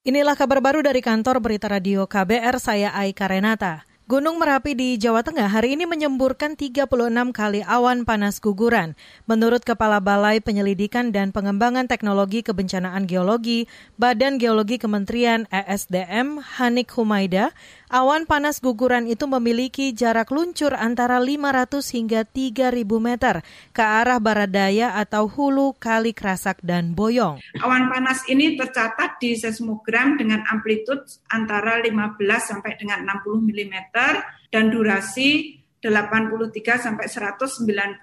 Inilah kabar baru dari kantor Berita Radio KBR, saya Aika Renata. Gunung Merapi di Jawa Tengah hari ini menyemburkan 36 kali awan panas guguran. Menurut Kepala Balai Penyelidikan dan Pengembangan Teknologi Kebencanaan Geologi, Badan Geologi Kementerian ESDM, Hanik Humaida, awan panas guguran itu memiliki jarak luncur antara 500 hingga 3.000 meter ke arah barat daya atau hulu Kali Krasak dan Boyong. Awan panas ini tercatat di seismogram dengan amplitude antara 15 sampai dengan 60 mm dan durasi 83 sampai 197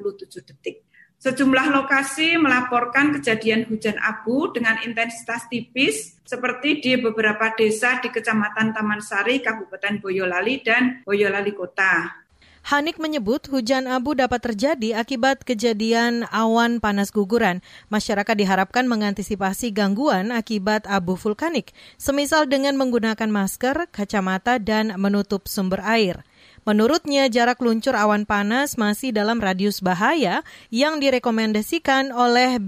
detik. Sejumlah lokasi melaporkan kejadian hujan abu dengan intensitas tipis seperti di beberapa desa di Kecamatan Taman Sari, Kabupaten Boyolali dan Boyolali Kota. Hanik menyebut hujan abu dapat terjadi akibat kejadian awan panas guguran. Masyarakat diharapkan mengantisipasi gangguan akibat abu vulkanik, semisal dengan menggunakan masker, kacamata, dan menutup sumber air. Menurutnya, jarak luncur awan panas masih dalam radius bahaya yang direkomendasikan oleh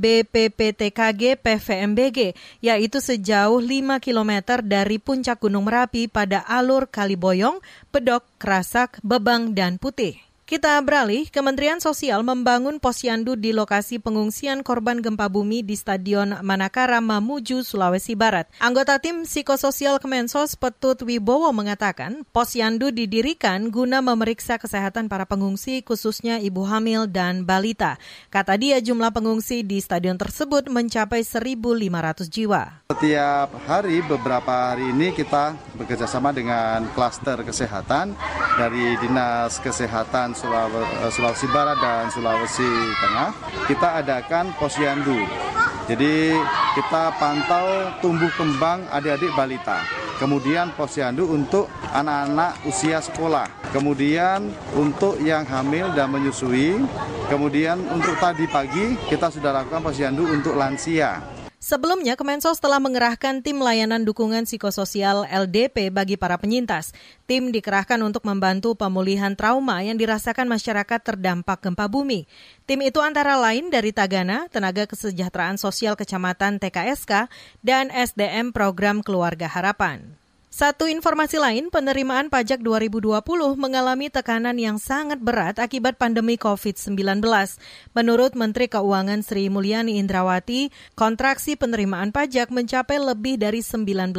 BPPTKG PVMBG, yaitu sejauh 5 km dari puncak Gunung Merapi pada alur Kali Boyong, Bedok, Krasak, Bebang, dan Putih. Kita beralih, Kementerian Sosial membangun posyandu di lokasi pengungsian korban gempa bumi di Stadion Manakara, Mamuju, Sulawesi Barat. Anggota tim psikososial Kemensos Petut Wibowo mengatakan, posyandu didirikan guna memeriksa kesehatan para pengungsi, khususnya ibu hamil dan balita. Kata dia, jumlah pengungsi di stadion tersebut mencapai 1.500 jiwa. Setiap hari, beberapa hari ini kita bekerjasama dengan klaster kesehatan dari Dinas Kesehatan Sulawesi Barat dan Sulawesi Tengah. Kita adakan posyandu. Jadi kita pantau tumbuh kembang adik-adik balita. Kemudian posyandu untuk anak-anak usia sekolah. Kemudian untuk yang hamil dan menyusui. Kemudian untuk tadi pagi kita sudah lakukan posyandu untuk lansia. Sebelumnya, Kemensos telah mengerahkan tim layanan dukungan psikososial LDP bagi para penyintas. Tim dikerahkan untuk membantu pemulihan trauma yang dirasakan masyarakat terdampak gempa bumi. Tim itu antara lain dari Tagana, Tenaga Kesejahteraan Sosial Kecamatan TKSK, dan SDM Program Keluarga Harapan. Satu informasi lain, penerimaan pajak 2020 mengalami tekanan yang sangat berat akibat pandemi COVID-19. Menurut Menteri Keuangan Sri Mulyani Indrawati, kontraksi penerimaan pajak mencapai lebih dari 19%.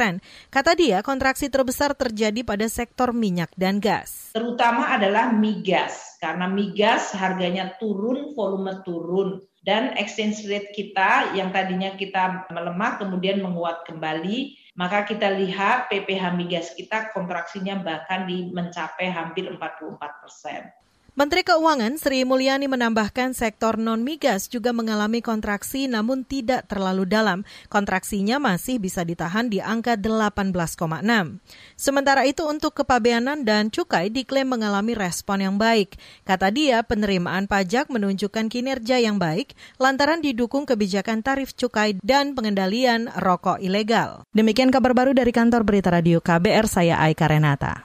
Kata dia, kontraksi terbesar terjadi pada sektor minyak dan gas. Terutama adalah migas, karena migas harganya turun, volume turun. Dan exchange rate kita yang tadinya kita melemah kemudian menguat kembali, maka kita lihat PPH migas kita kontraksinya bahkan mencapai hampir 44%. Menteri Keuangan Sri Mulyani menambahkan sektor non-migas juga mengalami kontraksi namun tidak terlalu dalam. Kontraksinya masih bisa ditahan di angka 18,6. Sementara itu untuk kepabeanan dan cukai diklaim mengalami respon yang baik. Kata dia, penerimaan pajak menunjukkan kinerja yang baik lantaran didukung kebijakan tarif cukai dan pengendalian rokok ilegal. Demikian kabar baru dari kantor Berita Radio KBR, saya Aika Renata.